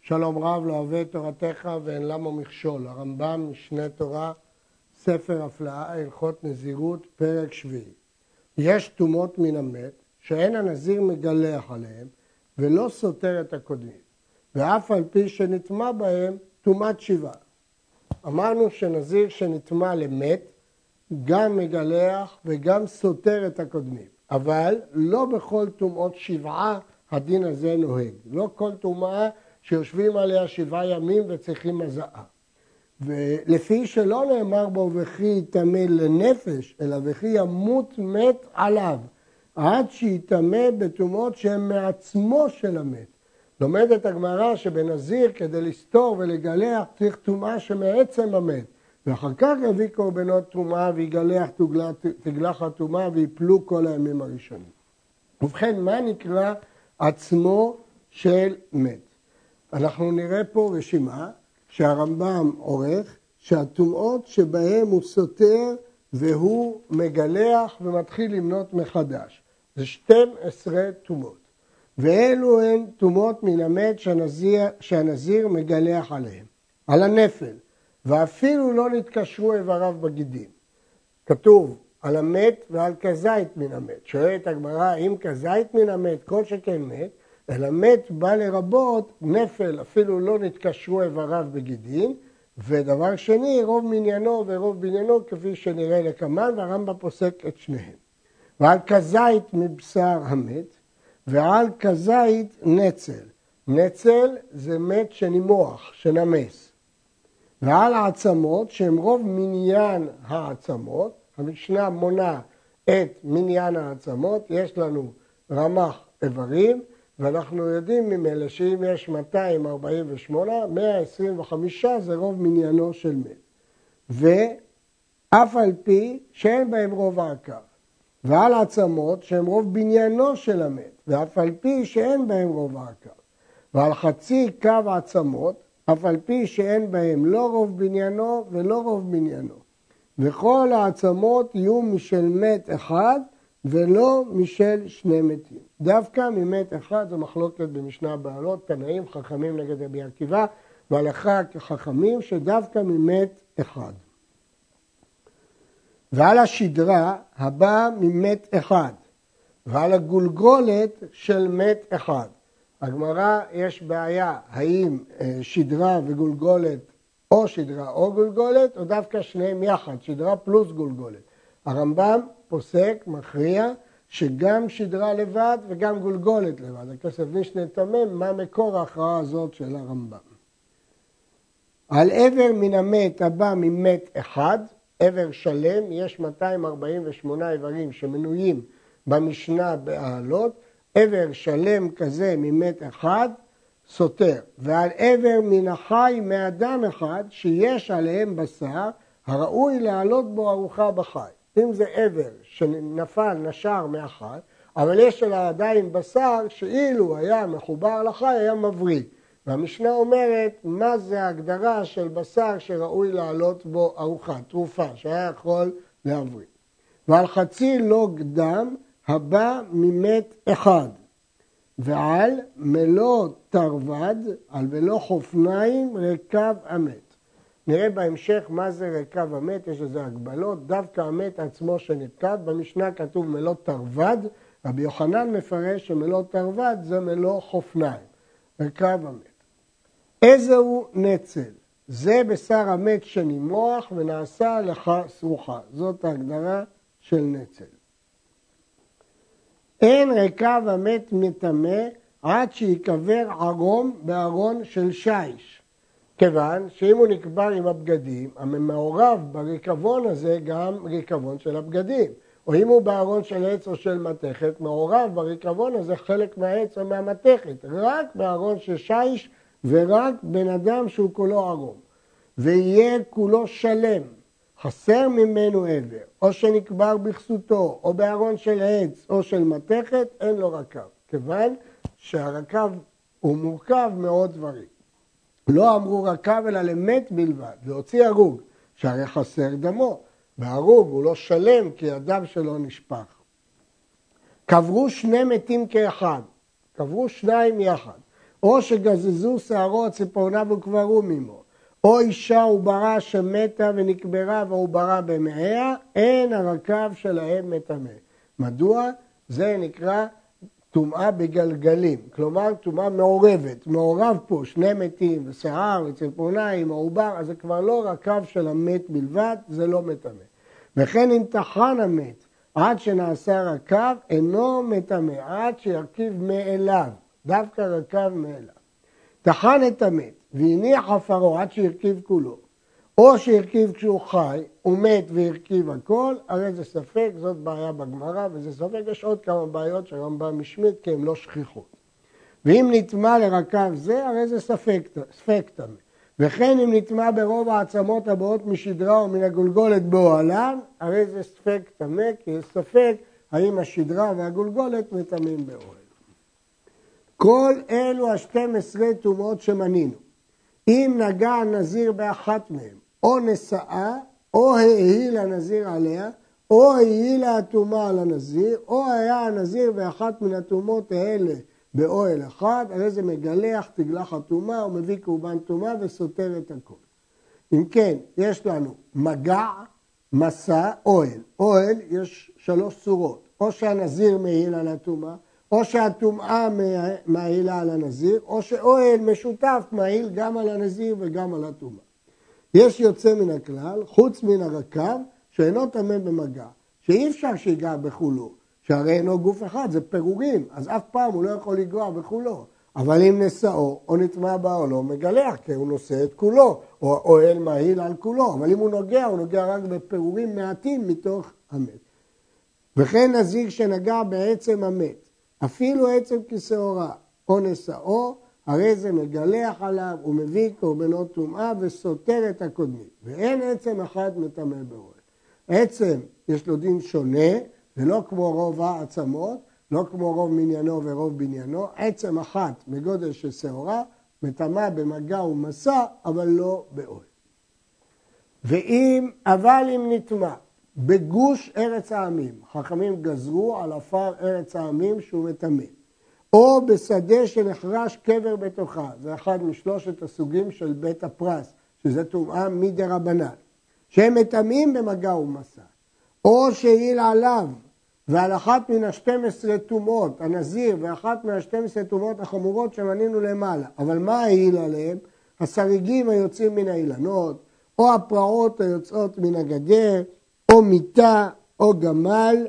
שלום רב, לא אוהב את תורתך ואין למה מכשול. הרמב"ם, משנה תורה, ספר הפלאה, הלכות נזירות, פרק שביעי. יש טומאות מן המת שאין הנזיר מגלח עליהם ולא סותר את הקודמים, ואף על פי שנטמע בהם טומאת שבעה. אמרנו שנזיר שנטמע למת גם מגלח וגם סותר את הקודמים, אבל לא בכל טומאות שבעה הדין הזה נוהג. לא כל טומאה שיושבים עליה 7 ימים וצריכים הזעה. ולפי שלא נאמר בו וכי יטמא לנפש, אלא וכי ימות מת עליו, עד שיטמא בטומאות שהן מעצמו של המת. לומדת הגמרא שבנזיר כדי לסתור ולגלח צריך טומאה שמעצם המת, ואחר כך יביא קורבנות טומאה ויגלח תגלח הטומאה ויפלו כל הימים הראשונים. ובכן, מה נקרא עצמו של מת? אנחנו נראה פה רשימה שהרמב"ם עורך, שהטומאות שבהם הוא סותר והוא מגלח ומתחיל למנות מחדש. זה 12 טומאות. ואלו הן טומאות מן המת שהנזיר מגלח עליהם. על הנפל, ואפילו לא נתקשרו איבריו בגידים. כתוב על המת ועל כזית מן המת. שואלת הגמרא, אם כזית מן המת, כל שכן מת, אלא מת בא לרבות נפל, אפילו לא נתקשרו איבריו בגידים, ודבר שני, רוב מניינו ורוב בניינו, כפי שנראה לקמן, והרמב"ם פוסק את שניהם. ועל כזית מבשר המת, ועל כזית נצל. נצל זה מת שנימוח, שנמס. ועל העצמות, שהם רוב מניין העצמות, המשנה מונה את מניין העצמות, יש לנו רמ"ח איברים, ואנחנו יודעים ממילא שאם יש 248, 125 זה רוב מניינו של מת. ואף על פי שאין בהם רוב העקב. ועל עצמות שהם רוב בניינו של המת, ואף על פי שאין בהם רוב העקב. ועל חצי קו עצמות, אף על פי שאין בהם לא רוב בניינו ולא רוב בניינו. וכל העצמות יהיו משל מת אחד, ולא משל 2 מתים. דווקא ממת אחד, זו מחלוקת במשנה בעלות, תנאים חכמים נגד רבי עקיבא, והלכה כחכמים שדווקא ממת אחד. ועל השדרה הבאה ממת אחד, ועל הגולגולת של מת אחד. הגמרא יש בעיה, האם שדרה וגולגולת או שדרה או גולגולת, או דווקא שניהם יחד, שדרה פלוס גולגולת. הרמב"ם פוסק, מכריע, שגם שדרה לבד וגם גולגולת לבד. הכסף משנה תמם, מה מקור ההכרעה הזאת של הרמב"ם. על עבר מן המת הבא ממת אחד, עבר שלם, יש 248 איברים שמנויים במשנה בעלות, עבר שלם כזה ממת אחד, סותר. ועל עבר מן החי מאדם אחד, שיש עליהם בשר, הראוי להעלות בו ארוחה בחי. אם זה עבר שנפל, נשר מאחד, אבל יש עליו עדיין בשר שאילו היה מחובר לחי היה מבריא. והמשנה אומרת, מה זה ההגדרה של בשר שראוי לעלות בו ארוחה, תרופה, שהיה יכול להבריא. ועל חצי לוג דם הבא ממת אחד. ועל מלוא תרווד, על מלוא חופניים רקב המת. נראה בהמשך מה זה רקב המת, יש לזה הגבלות, דווקא המת עצמו שנרקב, במשנה כתוב מלוא תרווד, רבי יוחנן מפרש שמלוא תרווד זה מלוא חופניים, רקב המת. איזהו נצל? זה בשר המת שנימוח ונעשה לך סרוחה, זאת ההגדרה של נצל. אין רקב המת מטמא עד שיקבר ערום בארון של שיש. כיוון שאם הוא נקבר עם הבגדים, המעורב בריקבון הזה גם ריקבון של הבגדים. או אם הוא בארון של עץ או של מתכת, מעורב בריקבון הזה חלק מהעץ או מהמתכת. רק בארון של שיש ורק בן אדם שהוא כולו ערום. ויהיה כולו שלם, חסר ממנו עבר, או שנקבר בכסותו, או בארון של עץ או של מתכת, אין לו רקב. כיוון שהרקב הוא מורכב מאוד דברים. לא אמרו רקב אלא למת בלבד, להוציא הרוג, שהרי חסר דמו. והרוג הוא לא שלם כי הדם שלו נשפך. קברו 2 מתים כאחד, קברו 2 יחד, או שגזזו שערו ציפורניו וקברו ממו, או אישה עוברה שמתה ונקברה ועוברה במעיה, אין הרקב שלהם מטמא. מדוע? זה נקרא טומאה בגלגלים, כלומר טומאה מעורבת, מעורב פה שני מתים ושיער וציפורניים, העובר, אז זה כבר לא רקב של המת בלבד, זה לא מטמא. וכן אם טחן המת עד שנעשה רקב, אינו מטמא, עד שירכיב מאליו, דווקא רקב מאליו. טחן את המת והניח עפרו עד שירכיב כולו, או שהרכיב כשהוא חי, הוא מת והרכיב הכל, הרי זה ספק, זאת בעיה בגמרא, וזה ספק, יש עוד כמה בעיות שהרמב"ם משמיט, כי הן לא שכיחות. ואם נטמא לרקב זה, הרי זה ספק טמא. וכן אם נטמא ברוב העצמות הבאות משדרה או מן הגולגולת באוהלן, הרי זה ספק טמא, כי יש ספק האם השדרה והגולגולת מטמאים באוהל. כל אלו 12 טומאות שמנינו. אם נגע הנזיר באחת מהם, או נשאה, או העיל הנזיר עליה, או העילה הטומאה על הנזיר, או היה הנזיר באחת מן הטומאות האלה באוהל אחד, הרי זה מגלח, תגלח הטומאה, ומביא קורבן טומאה וסותר את הכל. אם כן, יש לנו מגע, מסע, אוהל. אוהל יש 3 צורות, או שהנזיר מעיל על הטומאה, או שהטומאה מעילה על הנזיר, או שאוהל משותף מעיל גם על הנזיר וגם על הטומאה. יש יוצא מן הכלל, חוץ מן הרקב, שאינו טמא במגע, שאי אפשר שיגע בחולו, שהרי אינו גוף אחד, זה פירורים, אז אף פעם הוא לא יכול לגוע בחולו. אבל אם נשאו או נטמא בעולו, מגלח, כי הוא נושא את כולו, או אוהל מעיל על כולו, אבל אם הוא נוגע רק בפירורים מעטים מתוך המת. וכן נזיר שנגע בעצם המת, אפילו עצם כשעורה או נשאו, הרי זה מגלח עליו ומביא קורבנות טומאה וסותר את הקודמים. ואין עצם אחד מטמא באוהל. עצם יש לו דין שונה, ולא כמו רוב העצמות, לא כמו רוב מניינו ורוב בניינו. עצם אחת בגודל של שעורה, מטמא במגע ומסע, אבל לא באוהל. אבל אם נטמא בגוש ארץ העמים, חכמים גזרו על עפר ארץ העמים שהוא מטמא, או בשדה שנחרש קבר בתוכה, זה אחד משלושת הסוגים של בית הפרס, שזה טומאה מדרבנן, שהם מטמאים במגע ומסע, או שהעיל עליו, ועל אחת מן 12 טומאות, הנזיר, ואחת מה 12 טומאות החמורות שמנינו למעלה. אבל מה העיל עליהם? הסריגים היוצאים מן האילנות, או הפרעות היוצאות מן הגדר, או מיטה, או גמל,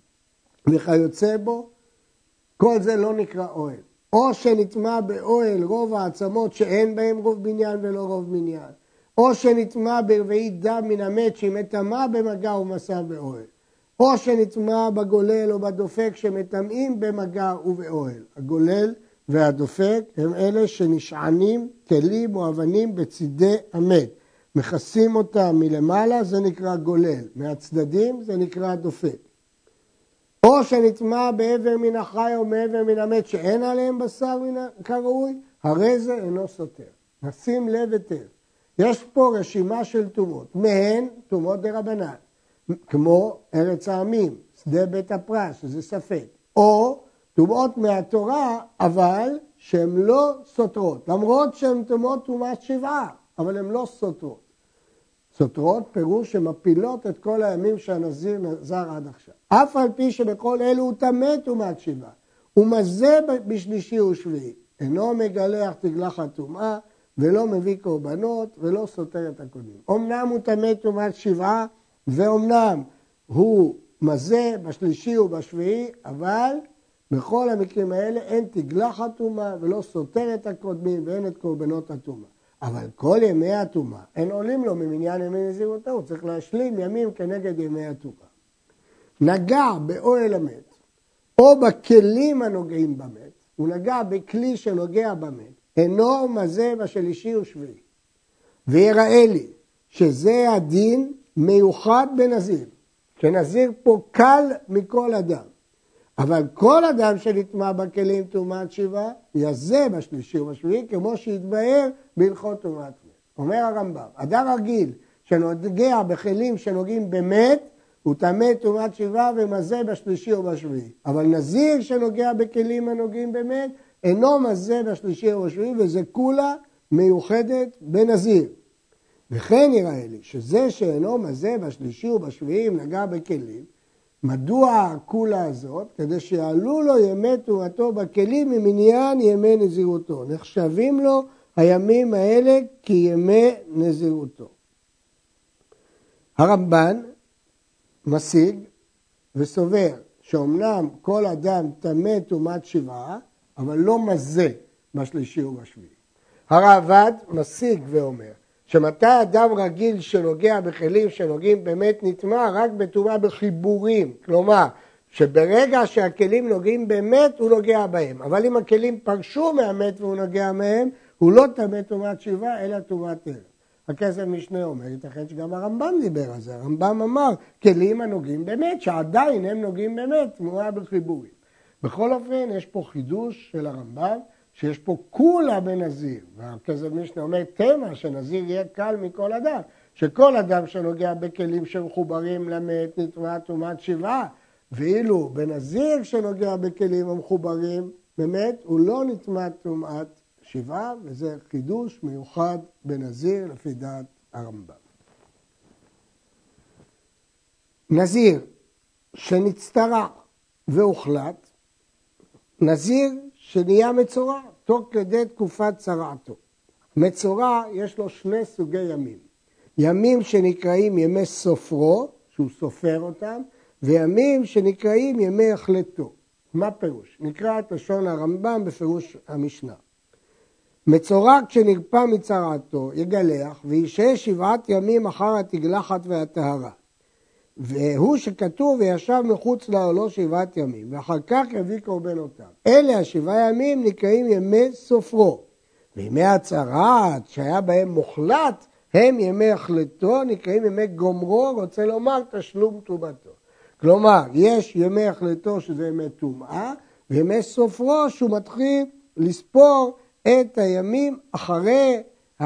וכיוצא בו, כל זה לא נקרא אוהל. או שנטמא באוהל רוב העצמות שאין בהם רוב בניין ולא רוב מניין. או שנטמא ברביעית דם מן המת שהיא מטמאה במגע ומסע באוהל. או שנטמא בגולל או בדופק שמטמאים במגע ובאוהל. הגולל והדופק הם אלה שנשענים כלים או אבנים בצידי המת. מכסים אותם מלמעלה, זה נקרא גולל. מהצדדים זה נקרא דופק. או שנטמא בעבר מן החי או מעבר מן המת שאין עליהם בשר כראוי, הרי זה אינו סותר. נשים לב היטב. יש פה רשימה של טומאות. מהן טומאות דרבנן, כמו ארץ העמים, שדה בית הפרס, שזה ספק. או טומאות מהתורה, אבל שהן לא סותרות. למרות שהן טומאות טומאת שבעה, אבל הן לא סותרות. סותרות פירוש שמפילות את כל הימים שהנזיר נזר עד עכשיו. אף על פי שבכל אלו הוא טמא טומאת שבעה, הוא מזה בשלישי ושביעי, אינו מגלח תגלחת טומאה, ולא מביא קורבנות, ולא סותר את הקודמים. אמנם הוא טמא טומאת שבעה, ואומנם הוא מזה בשלישי ובשביעי, אבל בכל המקרים האלה אין תגלחת טומאה, ולא סותר את הקודמים, ואין את קורבנות הטומאה. אבל כל ימי הטומאה, אין עולים לו ממניין ימי נזירותו, הוא צריך להשלים ימים כנגד ימי הטומאה. נגע באוהל המת, או בכלים הנוגעים במת, הוא נגע בכלי שנוגע במת, אינו מזה בשלישי ושביעי. ויראה לי שזה הדין מיוחד בנזיר, שנזיר פה קל מכל אדם. אבל כל אדם שנטמא בכלים טומאת שבעה, יזה בשלישי ובשביעי, כמו שהתבאר בהלכות טומאת מת. אומר הרמב"ם, אדם רגיל שנוגע בכלים שנוגעים במת, הוא טמא טומאת שבעה ומזה בשלישי ובשביעי. אבל נזיר שנוגע בכלים הנוגעים במת, אינו מזה בשלישי ובשביעי, וזה כולה מיוחדת בנזיר. וכן נראה לי שזה שאינו מזה בשלישי ובשביעי אם נגע בכלים, מדוע הכולה הזאת? כדי שיעלו לו ימי תורתו בכלים ממניין ימי נזירותו. נחשבים לו הימים האלה כימי נזירותו. הרמב"ן משיג וסובר שאומנם כל אדם טמא טומאת שבעה, אבל לא מזה בשלישי ובשביעי. הרעב"ד משיג ואומר שמתי אדם רגיל שנוגע בכלים שנוגעים באמת נטמא רק בטומאה בחיבורים, כלומר שברגע שהכלים נוגעים באמת הוא נוגע בהם, אבל אם הכלים פרשו מהמת והוא נוגע מהם, הוא לא טמא טומאת שבעה אלא טומאת ערב. הכסף משנה אומר, ייתכן שגם הרמב"ם דיבר על זה, הרמב"ם אמר כלים הנוגעים באמת, שעדיין הם נוגעים באמת, טומאה בחיבורים. בכל אופן יש פה חידוש של הרמב"ם, שיש פה כולה בנזיר, והכסף משנה אומר תמה שנזיר יהיה קל מכל אדם, שכל אדם שנוגע בכלים שמחוברים למת נטמא טומאת שבעה, ואילו בנזיר שנוגע בכלים המחוברים באמת הוא לא נטמא טומאת שבעה, וזה חידוש מיוחד בנזיר לפי דעת הרמב"ם. נזיר שנצטרע והוחלט, נזיר שנהיה מצורע תוך כדי תקופת צרעתו. מצורע יש לו שני סוגי ימים. ימים שנקראים ימי סופרו, שהוא סופר אותם, וימים שנקראים ימי החלטו. מה פירוש? נקרא את לשון הרמב"ם בפירוש המשנה. מצורע כשנרפא מצרעתו יגלח וישהה 7 ימים אחר התגלחת והטהרה. והוא שכתוב וישב מחוץ לאוהלו 7 ימים, ואחר כך יביא קורבנותיו. אלה 7 ימים נקראים ימי סופרו. וימי הצרעת שהיה בהם מוחלט, הם ימי החלטו, נקראים ימי גומרו, רוצה לומר תשלום טומאתו. כלומר, יש ימי החלטו שזה ימי טומאה, וימי סופרו שהוא מתחיל לספור את הימים אחרי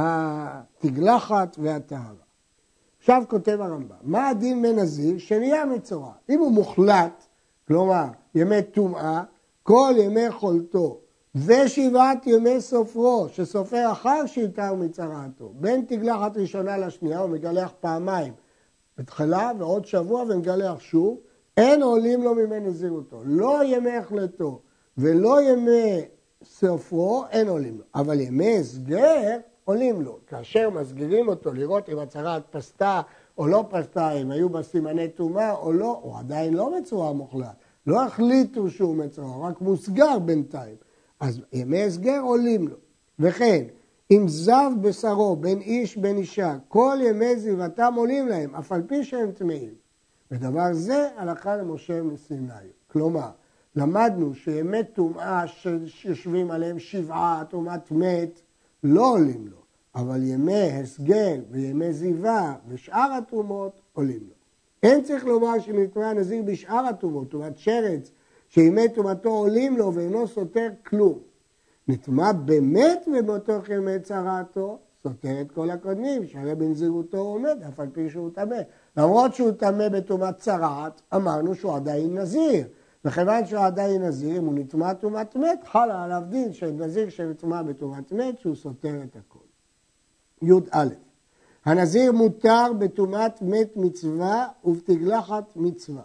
התגלחת והטהרה. עכשיו כותב הרמב"ם, מה הדין בנזיר שנהיה מצורע? אם הוא מוחלט, כלומר ימי טומאה, כל ימי חולתו, ו7 ימי סופרו, שסופר אחר שיותר מצרעתו, בין תגלחת ראשונה לשנייה, הוא מגלח פעמיים, בתחילה ועוד שבוע ומגלח שוב, אין עולים לו ממנו נזירותו, לא ימי החלטו ולא ימי סופרו, אין עולים לו, אבל ימי הסגר עולים לו. כאשר מסגירים אותו לראות אם הצרעת פסתה או לא פסתה, אם היו בה סימני טומאה או לא, הוא עדיין לא מצורע מוחלט. לא החליטו שהוא מצורע, רק מוסגר בינתיים. אז ימי הסגר עולים לו. וכן, אם זב בשרו בין איש בין אישה, כל ימי זיבתם עולים להם, אף על פי שהם טמאים. ודבר זה הלכה למשה מסיני. כלומר, למדנו שימי טומאה שיושבים עליהם 7, טומאת מת, לא עולים לו, אבל ימי הסגר וימי זיווה ושאר התרומות עולים לו. אין צריך לומר שנטמא נזיר בשאר התרומות, טומאת שרץ, שימי טומאתו עולים לו ואינו סותר כלום. נטמא באמת במותוך ימי צרעתו, סותר את כל הקודמים, שהרי בנזירותו הוא עומד, אף על פי שהוא טמא. למרות שהוא טמא בטומאת צרעת, אמרנו שהוא עדיין נזיר. וכיוון שהוא עדיין נזיר, אם הוא נטמא טומאת מת, חלה עליו דין של נזיר שנטמא בטומאת מת, שהוא סותר את הכל. י"א. הנזיר מותר בטומאת מת מצווה ובתגלחת מצווה.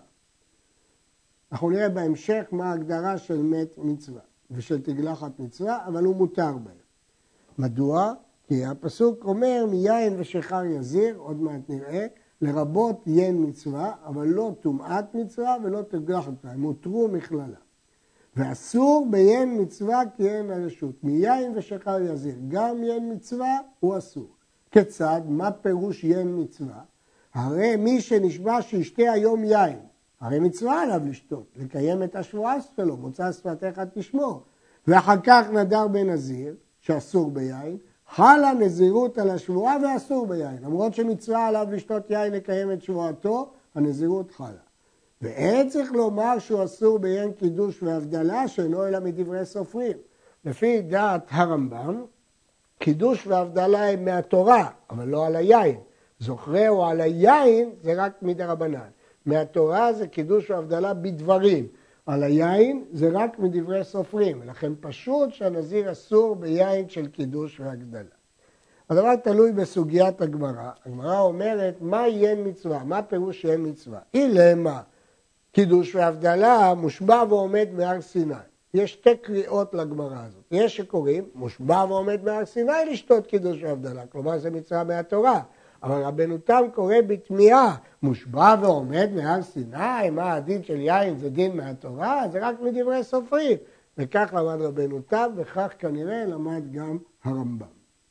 אנחנו נראה בהמשך מה ההגדרה של מת מצווה ושל תגלחת מצווה, אבל הוא מותר בהם. מדוע? כי הפסוק אומר מיין ושיכר יזיר, עוד מעט נראה, לרבות ין מצווה, אבל לא טומאת מצווה ולא תגלחת מצווה, הם מותרו מכללה. ואסור ביין מצווה כי אין הרשות. מיין ושיכר יזיר, גם ין מצווה הוא אסור. כיצד? מה פירוש ין מצווה? הרי מי שנשבע שישתה היום יין, הרי מצווה עליו לשתות, לקיים את השבועה שלו, מוצא שפתיך תשמור. ואחר כך נדר בנזיר, שאסור ביין, חלה נזירות על השבועה ואסור ביין. למרות שמצווה עליו לשתות יין לקיים את שבועתו, הנזירות חלה. ואין צריך לומר שהוא אסור ביין קידוש והבדלה, שאינו אלא מדברי סופרים. לפי דעת הרמב"ם, קידוש והבדלה הם מהתורה, אבל לא על היין. זוכרהו על היין זה רק מדרבנן. מהתורה זה קידוש והבדלה בדברים. על היין זה רק מדברי סופרים, ולכן פשוט שהנזיר אסור ביין של קידוש והגדלה. הדבר תלוי בסוגיית הגמרא. הגמרא אומרת, מה ין מצווה? מה פירוש ין מצווה? אילמה, קידוש והבדלה, מושבע ועומד בהר סיני. יש שתי קריאות לגמרא הזאת. יש שקוראים, מושבע ועומד בהר סיני לשתות קידוש והבדלה. כלומר, זה מצווה מהתורה. אבל רבנו תם קורא בתמיהה, מושבע ועומד בהר סיני, מה הדין של יין זה דין מהתורה? זה רק מדברי סופרים. וכך למד רבנו תם, וכך כנראה למד גם הרמב"ם.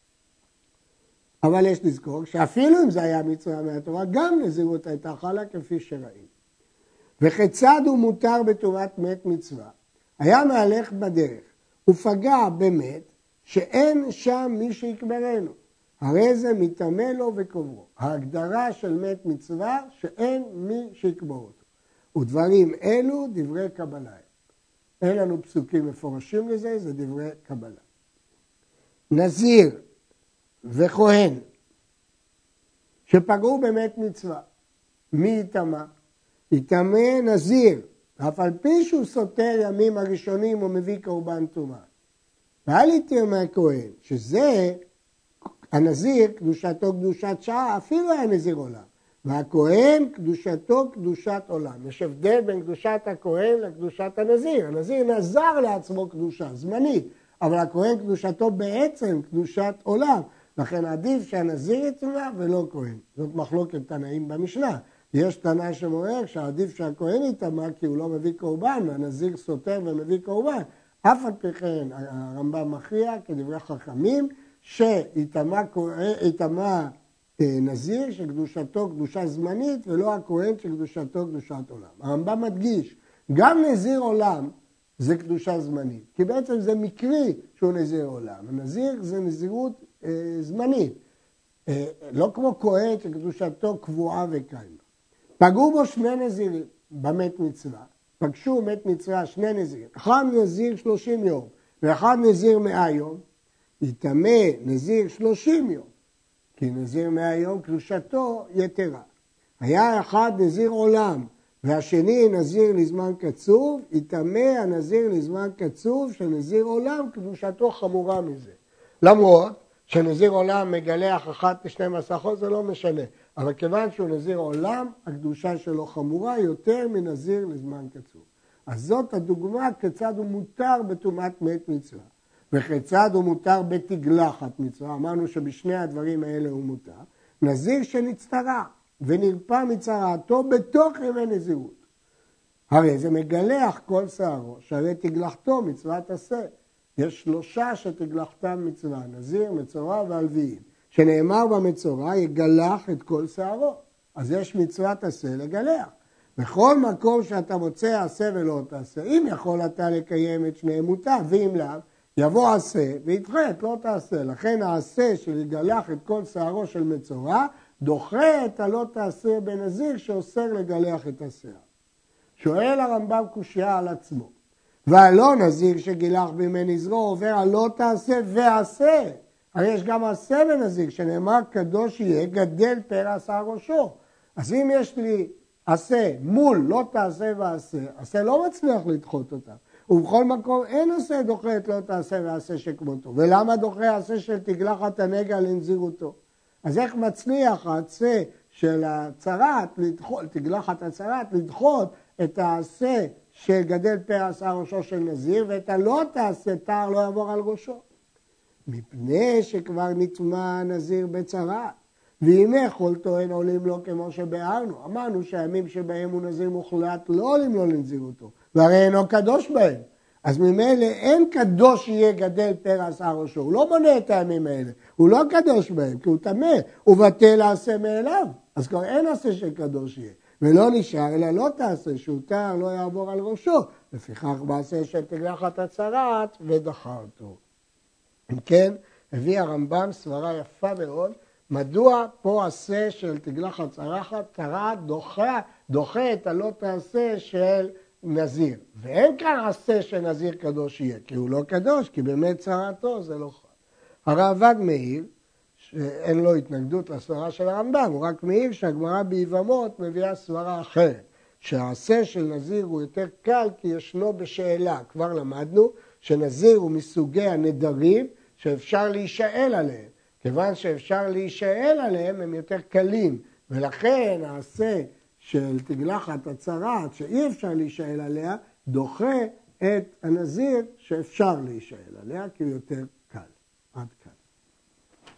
אבל יש לזכור שאפילו אם זה היה מצווה מהתורה, גם נזירות הייתה חלה כפי שראינו. וכיצד הוא מותר בטומאת מת מצווה? היה מהלך בדרך, הוא פגע במת שאין שם מי שיקברנו. הרי זה מטמא לו וקוברו. ההגדרה של מת מצווה שאין מי שיקבור אותו. ודברים אלו דברי קבלה. אין לנו פסוקים מפורשים לזה, זה דברי קבלה. נזיר וכהן שפגעו במת מצווה, מי יטמא? יטמא נזיר, אף על פי שהוא סותר ימים הראשונים ומביא קורבן טומאה. ואל יטמא כהן, שזה הנזיר קדושתו קדושת שעה, אפילו היה נזיר עולם. והכהן קדושתו קדושת עולם. יש הבדל בין קדושת הכהן לקדושת הנזיר. הנזיר נזר לעצמו קדושה זמנית, אבל הכהן קדושתו בעצם קדושת עולם. לכן עדיף שהנזיר יטמא ולא כהן. זאת מחלוקת תנאים במשנה. יש תנא שמורה שעדיף שהכהן יטמא כי הוא לא מביא קורבן, והנזיר סותר ומביא קורבן. אף על פי כן הרמב"ם מכריע כדברי חכמים שיטמא נזיר שקדושתו קדושה זמנית ולא הכהן שקדושתו קדושת עולם. הרמב"ם מדגיש, גם נזיר עולם זה קדושה זמנית, כי בעצם זה מקרי שהוא נזיר עולם. הנזיר זה נזירות זמנית, לא כמו כהן שקדושתו קבועה וקיימה. פגעו בו שני נזירים במת מצווה, פגשו מת מצווה שני נזירים, אחד נזיר 30 יום ואחד נזיר 100 יום, יטמא נזיר 30 יום, כי נזיר 100 יום קדושתו יתרה. היה אחד נזיר עולם והשני נזיר לזמן קצוב, יטמא הנזיר לזמן קצוב שנזיר עולם קדושתו חמורה מזה. למרות שנזיר עולם מגלח אחת ל-12 חודש, זה לא משנה. אבל כיוון שהוא נזיר עולם, הקדושה שלו חמורה יותר מנזיר לזמן קצוב. אז זאת הדוגמה כיצד הוא מותר בטומאת מת מצווה. וכיצד הוא מותר בתגלחת מצווה. אמרנו שבשני הדברים האלה הוא מותר. נזיר שנצטרע ונרפא מצרעתו בתוך ימי נזירות. הרי זה מגלח כל שערו, שהרי תגלחתו מצוות עשה. יש 3 שתגלחתם מצווה, נזיר, מצורע והלוויים. שנאמר במצורע יגלח את כל שערו. אז יש מצוות עשה לגלח. בכל מקום שאתה מוצא עשה ולא תעשה, אם יכול אתה לקיים את שניהם מותר, ואם לאו, יבוא עשה וידחה את לא תעשה. לכן העשה של יגלח את כל שערו של מצורע, דוחה את הלא תעשה בנזיר שאוסר לגלח את השיער. שואל הרמב"ם קושיה על עצמו. והלא נזיר שגילח בימי נזרו עובר על לא תעשה ועשה. הרי יש גם עשה בנזיר, שנאמר קדוש יהיה גדל פרע שיער ראשו. אז אם יש לי עשה מול לא תעשה ועשה, עשה לא מצליח לדחות אותה. ובכל מקום אין עשה דוחה את לא תעשה ועשה שכמותו. ולמה דוחה עשה של תגלחת הנגע לנזירותו? אז איך מצליח העשה של הצרת, תגלחת הצרת, לדחות את העשה שגדל פרע שיער ראשו של נזיר, ואת הלא תעשה תער לא יעבור על ראשו. מפני שכבר נטמא נזיר בצרת, וימי חולתו אין עולים לו כמו שבארנו. אמרנו שהימים שבהם הוא נזיר מוחלט לא עולים לו לנזירותו, והרי אינו קדוש בהם. אז ממילא אין קדוש יהיה גדל פרע שיער ראשו. הוא לא מונה את הימים האלה, הוא לא קדוש בהם, כי הוא טמא, הוא בטל העשה מאליו. אז כבר אין עשה שקדוש יהיה. ולא נשאר, אלא לא תעשה, שהוא תער לא יעבור על ראשו. לפיכך מעשה של תגלחת הצרת ודחה אותו. אם כן, הביא הרמב"ם סברה יפה מאוד, מדוע פה עשה של תגלחת צרת דוחה את הלא תעשה של נזיר. ואין כאן עשה של נזיר קדוש יהיה, כי הוא לא קדוש, כי באמת צרתו זה לא חל. הראב"ד מעיר, שאין לו התנגדות לסברה של הרמב"ם, הוא רק מעיר שהגמרא ביבמות מביאה סברה אחרת, שהעשה של נזיר הוא יותר קל כי ישנו בשאלה. כבר למדנו שנזיר הוא מסוגי הנדרים שאפשר להישאל עליהם. כיוון שאפשר להישאל עליהם הם יותר קלים, ולכן העשה של תגלחת הצרעת שאי אפשר להישאל עליה, דוחה את הנזיר שאפשר להישאל עליה כי הוא יותר קל. עד כאן.